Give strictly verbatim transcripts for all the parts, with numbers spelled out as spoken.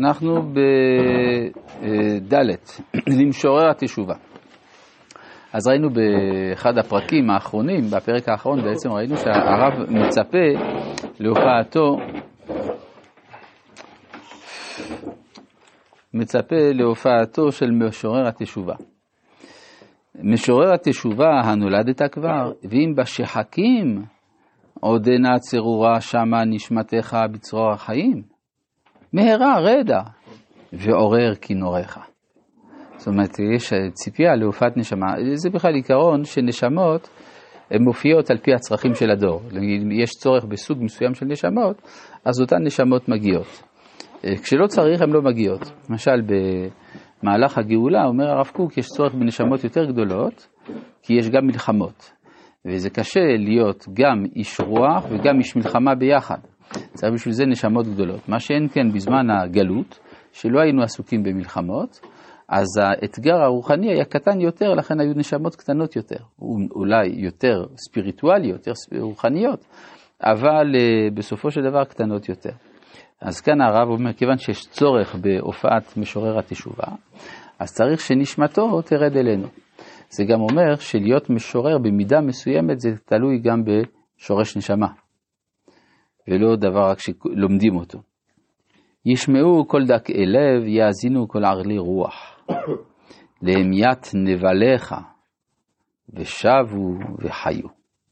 אנחנו בדלת, למשורר התשובה. אז ראינו באחד הפרקים האחרונים, בפרק האחרון בעצם ראינו שהרב מצפה להופעתו, מצפה להופעתו של משורר התשובה. משורר התשובה הנולדת כבר, ואם בשחקים עודנה צרורה שמה נשמתך בצרור החיים, מהרה רדע ועורר כינורך. זאת אומרת, יש ציפייה להופעת נשמה. זה בכלל עיקרון שנשמות הן מופיעות על פי הצרכים של הדור. אם יש צורך בסוג מסוים של נשמות, אז אותן נשמות מגיעות. כשלא צריך, הן לא מגיעות. למשל, במהלך הגאולה, אומר הרב קוק, יש צורך בנשמות יותר גדולות, כי יש גם מלחמות. וזה קשה להיות גם איש רוח וגם איש מלחמה ביחד. צריך בשביל זה נשמות גדולות. מה שאין כן בזמן הגלות, שלא היינו עסוקים במלחמות, אז האתגר הרוחני היה קטן יותר, לכן היו נשמות קטנות יותר. אולי יותר ספיריטואליות, יותר רוחניות, אבל בסופו של דבר קטנות יותר. אז כאן הרב אומר, כיוון שיש צורך בהופעת משורר התשובה, אז צריך שנשמתו תרד אלינו. זה גם אומר שלהיות משורר במידה מסוימת זה תלוי גם בשורש נשמה, ולא דבר רק שלומדים אותו. ישמעו כל דק אלב, יאזינו כל ערלי רוח, להמיית נבליך, ושבו וחיו.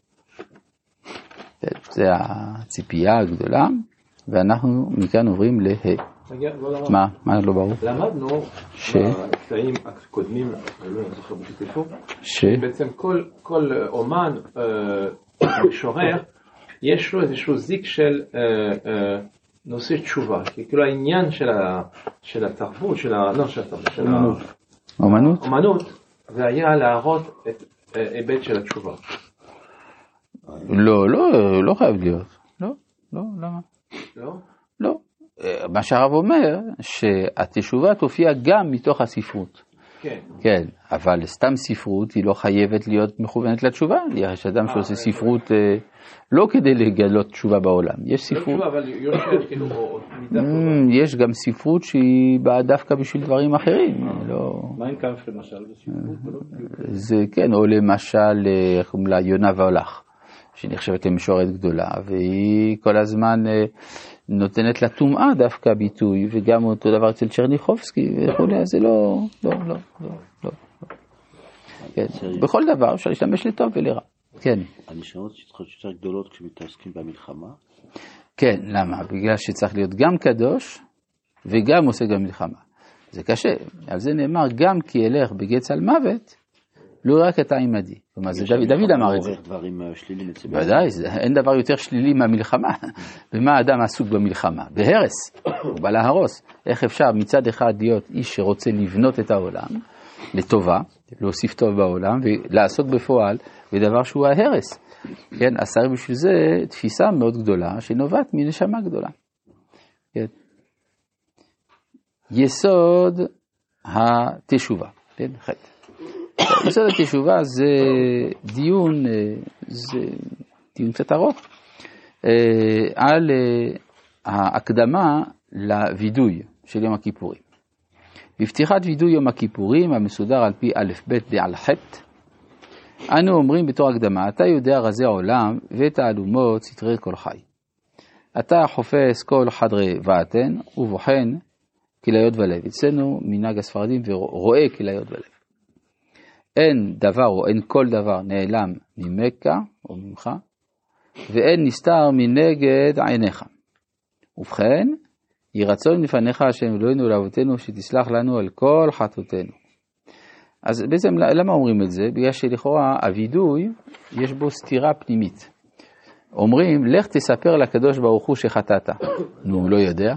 זה הציפייה הגדולה, ואנחנו מכאן עוברים לה. מה? מה לא ברור? למדנו בקטעים הקודמים, לא זוכר בדיוק איפה, שבעצם כל אומן, משורר, יש לו איזשהו זיק של נושא תשובה, כי כאילו העניין של התרבות, של האומנות, אומנות, זה היה להראות את היבט של התשובה. לא, לא, לא חייב להיות. לא, לא, למה? לא? לא. מה שהרב אומר, שהתשובה תופיע גם מתוך הספרות. כן. כן, אבל סתם ספרות היא לא חייבת להיות מכוונת לתשובה. יש אדם שעושה ספרות לא כדי לגלות תשובה בעולם. יש ספרות... לא תשובה, אבל יושב כאילו... יש גם ספרות שהיא באה דווקא בשביל דברים אחרים. מה אין קמף למשל בספרות? זה כן, או למשל, איך אומרים לה, יונה והולך, שנחשבת למשוררת גדולה, והיא כל הזמן... נותנת לה טומאה דווקא ביטוי, וגם אותו דבר אצל צ'רניחובסקי וכו', זה לא, לא, לא, לא, לא. כן, בכל דבר אפשר להשתמש לטוב ולרע. כן. הנשמות שצריכות יותר גדולות כשמתעסקים במלחמה? כן, למה? בגלל שצריך להיות גם קדוש, וגם עושה גם מלחמה. זה קשה, על זה נאמר, גם כי ילך בגץ על מוות, לא רק אתה עימדי. כלומר, זה דוד אמר את זה. ודאי, אין דבר יותר שלילי מהמלחמה. ומה האדם עסוק במלחמה? בהרס, הוא בא להרוס. איך אפשר מצד אחד להיות איש שרוצה לבנות את העולם, לטובה, להוסיף טוב בעולם, ולעסוק בפועל בדבר שהוא ההרס. כן, אז צריך בשביל זה תפיסה מאוד גדולה, שנובעת מנשמה גדולה. כן. יסוד התשובה. כן, חטא. יסוד התשובה זה דיון, זה דיון קצת ארוך, על ההקדמה לוידוי של יום הכיפורים. בפתיחת וידוי יום הכיפורים, המסודר על פי א' ב' דעל ח', אנו אומרים בתור הקדמה, אתה יודע רזי העולם ואת האלומות סתרי כל חי. אתה חופש כל חדרי ועתן ובוחן כליות ולב. אצלנו מנהג הספרדים ורואה כליות ולב. אין דבר או אין כל דבר נעלם ממך או ממך, ואין נסתר מנגד עיניך. ובכן, ירצון לפניך השם אלוהינו לאבותינו שתסלח לנו על כל חטאותינו. אז בעצם למה אומרים את זה? בגלל שלכאורה הווידוי יש בו סתירה פנימית. אומרים, לך תספר לקדוש ברוך הוא שחטאת. נו, הוא לא יודע.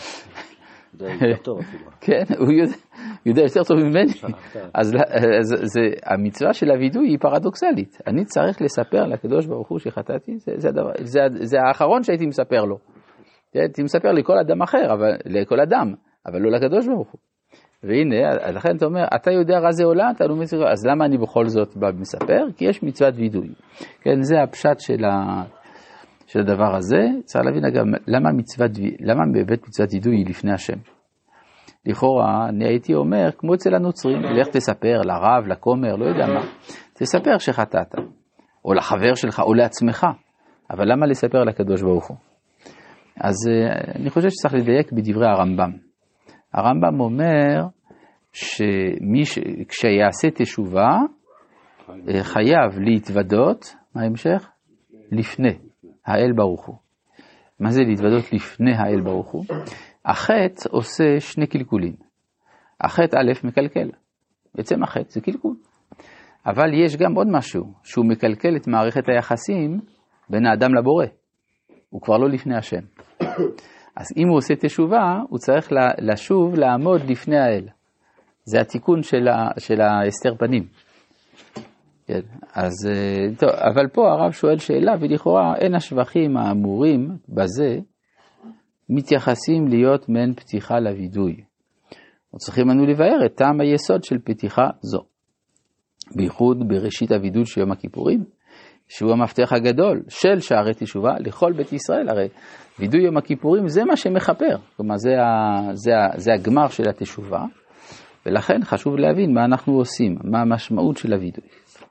כן, הוא יודע יותר טוב ממני. אז המצווה של הווידוי היא פרדוקסלית. אני צריך לספר לקדוש ברוך הוא שחטאתי, זה האחרון שהייתי מספר לו. הייתי מספר לכל אדם אחר, לכל אדם, אבל לא לקדוש ברוך הוא. והנה, לכן אתה אומר, אתה יודע רזי עולם, אתה לא מספר, אז למה אני בכל זאת בא מספר? כי יש מצוות וידוי. כן, זה הפשט של ה... של הדבר הזה. צריך להבין גם למה מצוות, למה באמת מצוות וידוי היא לפני השם. לכאורה, אני הייתי אומר, כמו אצל הנוצרים, לך תספר לרב, לכומר, לא יודע מה, תספר שחטאת, או לחבר שלך, או לעצמך, אבל למה לספר לקדוש ברוך הוא? אז אני חושב שצריך לדייק בדברי הרמב"ם. הרמב"ם אומר שמי ש... כשיעשה תשובה, חייב להתוודות, מה ההמשך? לפני האל ברוך הוא. מה זה להתוודות לפני האל ברוך הוא? החטא עושה שני קלקולים. החטא א' מקלקל. בעצם החטא זה קלקול. אבל יש גם עוד משהו, שהוא מקלקל את מערכת היחסים בין האדם לבורא. הוא כבר לא לפני השם. אז אם הוא עושה תשובה, הוא צריך לשוב לעמוד לפני האל. זה התיקון של, ה, של ההסתר פנים. כן, אז, טוב, אבל פה הרב שואל שאלה, ולכאורה אין השבחים האמורים בזה, מתייחסים להיות מעין פתיחה לוידוי. צריכים אנו לבאר את טעם היסוד של פתיחה זו. בייחוד בראשית הוידוי של יום הכיפורים, שהוא המפתח הגדול של שערי תשובה לכל בית ישראל. הרי וידוי יום הכיפורים זה מה שמחפר, כלומר זה, ה, זה, ה, זה הגמר של התשובה, ולכן חשוב להבין מה אנחנו עושים, מה המשמעות של הוידוי.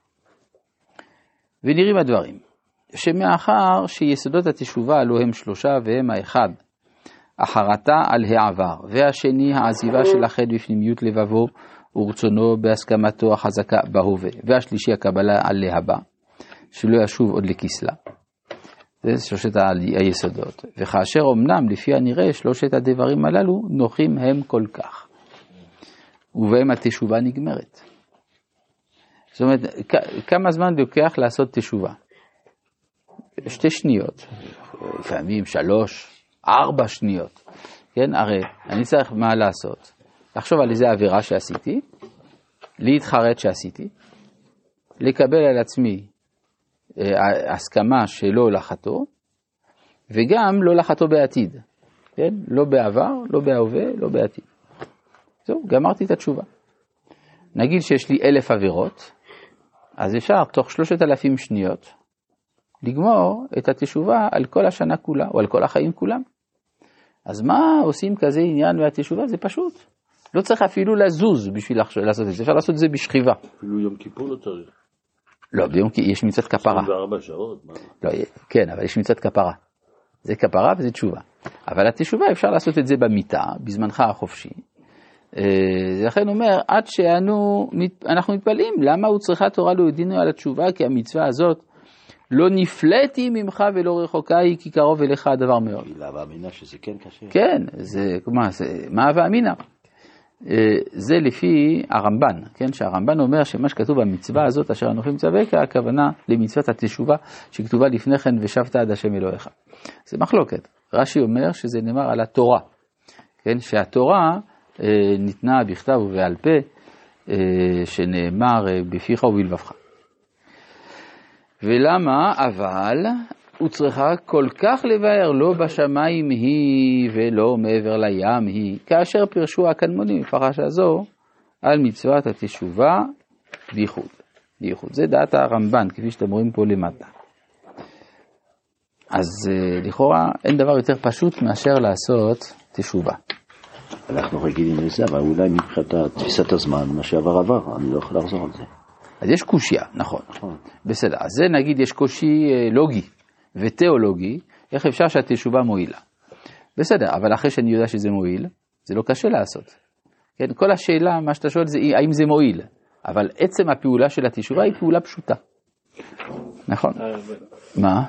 ונראים הדברים, שמאחר שיסודות התשובה עלו הם שלושה והם האחד, החרטה על העבר, והשני העזיבה של החטא בפנימיות לבבו ורצונו בהסכמתו החזקה בהווה, והשלישי הקבלה על להבא, שלא ישוב עוד לכסלה. זה שלושת היסודות. וכאשר אמנם לפי הנראה שלושת הדברים הללו נוחים הם כל כך, ובהם התשובה נגמרת. זאת אומרת, כמה זמן לוקח לעשות תשובה? שתי שניות, לפעמים שלוש, ארבע שניות. כן, הרי אני צריך מה לעשות? לחשוב על איזה עבירה שעשיתי, להתחרט שעשיתי, לקבל על עצמי הסכמה שלא לחתו, וגם לא לחתו בעתיד. כן? לא בעבר, לא בהווה, לא בעתיד. זהו, גמרתי את התשובה. נגיד שיש לי אלף עבירות, אז אפשר תוך שלושת אלפים שניות לגמור את התשובה על כל השנה כולה, או על כל החיים כולם. אז מה עושים כזה עניין מהתשובה? זה פשוט. לא צריך אפילו לזוז בשביל לעשות את זה. אפשר לעשות את זה בשכיבה. אפילו יום כיפור לא צריך. לא, ביום כיפור יש מצוות כפרה. עשרים וארבע שעות. מה? לא, כן, אבל יש מצוות כפרה. זה כפרה וזה תשובה. אבל התשובה אפשר לעשות את זה במיטה, בזמנך החופשי. לכן אומר, עד שאנו, אנחנו מתפלאים, למה הוא צריכה תורה להודינו על התשובה? כי המצווה הזאת לא נפלאתי ממך ולא רחוקה היא, כי קרוב אליך הדבר מאוד. היא להווה אמינה שזה כן קשה. כן, זה, מה, זה, מה הווה אמינה? זה לפי הרמב"ן, כן? שהרמב"ן אומר שמה שכתוב במצווה הזאת, אשר אנוכי מצווה, הכוונה למצוות התשובה שכתובה לפני כן ושבת עד השם אלוהיך. זה מחלוקת. רש"י אומר שזה נאמר על התורה, כן? שהתורה אה, ניתנה בכתב ובעל פה, אה, שנאמר אה, בפיך ובלבבך. ולמה? אבל הוא צריכה כל כך לבאר, לא בשמיים היא ולא מעבר לים היא, כאשר פרשו הקדמונים בפרשה זו על מצוות התשובה בייחוד. בייחוד. זה דעת הרמב"ן, כפי שאתם רואים פה למטה. אז לכאורה אין דבר יותר פשוט מאשר לעשות תשובה. אנחנו רגילים לזה, אבל אולי מבחינת תפיסת הזמן, מה שעבר עבר, אני לא יכול לחזור על זה. אז יש קושיה, נכון. נכון. בסדר, אז זה נגיד יש קושי לוגי ותיאולוגי, איך אפשר שהתשובה מועילה. בסדר, אבל אחרי שאני יודע שזה מועיל, זה לא קשה לעשות. כן, כל השאלה, מה שאתה שואל זה האם זה מועיל, אבל עצם הפעולה של התשובה היא פעולה פשוטה. נכון? מה?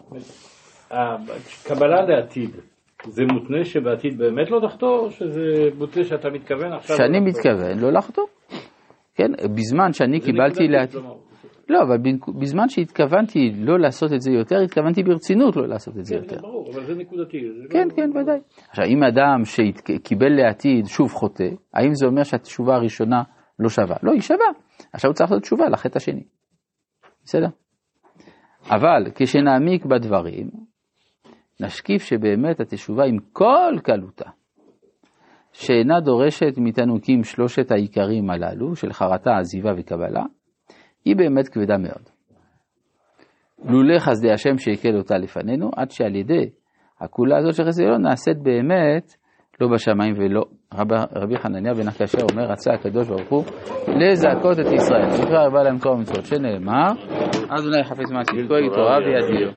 קבלה לעתיד, זה מותנה שבעתיד באמת לא תחתור, או שזה מותנה שאתה מתכוון עכשיו? שאני מתכוון לא לחתור. כן, בזמן שאני קיבלתי לעתיד. לא, אבל בזמן שהתכוונתי לא לעשות את זה יותר, התכוונתי ברצינות לא לעשות את זה יותר. כן, ברור, אבל זה נקודתי. כן, כן, ודאי. עכשיו, אם אדם שקיבל לעתיד שוב חוטא, האם זה אומר שהתשובה הראשונה לא שווה? לא, היא שווה. עכשיו הוא צריך לעשות תשובה לחטא השני. בסדר? אבל כשנעמיק בדברים, נשקיף שבאמת התשובה עם כל קלותה, שאינה דורשת מתענוקים שלושת העיקרים הללו, של חרטה, עזיבה וקבלה, היא באמת כבדה מאוד. לולא חסדי השם שיקל אותה לפנינו, עד שעל ידי הכולה הזאת של חסדי אלוהים נעשית באמת לא בשמיים ולא. רב, רבי חנניה בן עקשיא אומר, רצה הקדוש ברוך הוא לזעקות את ישראל, שיקרא הרבה להם תורה ומצוות, שנאמר, אדוני חפץ מעשי, כה תורה וידיעו.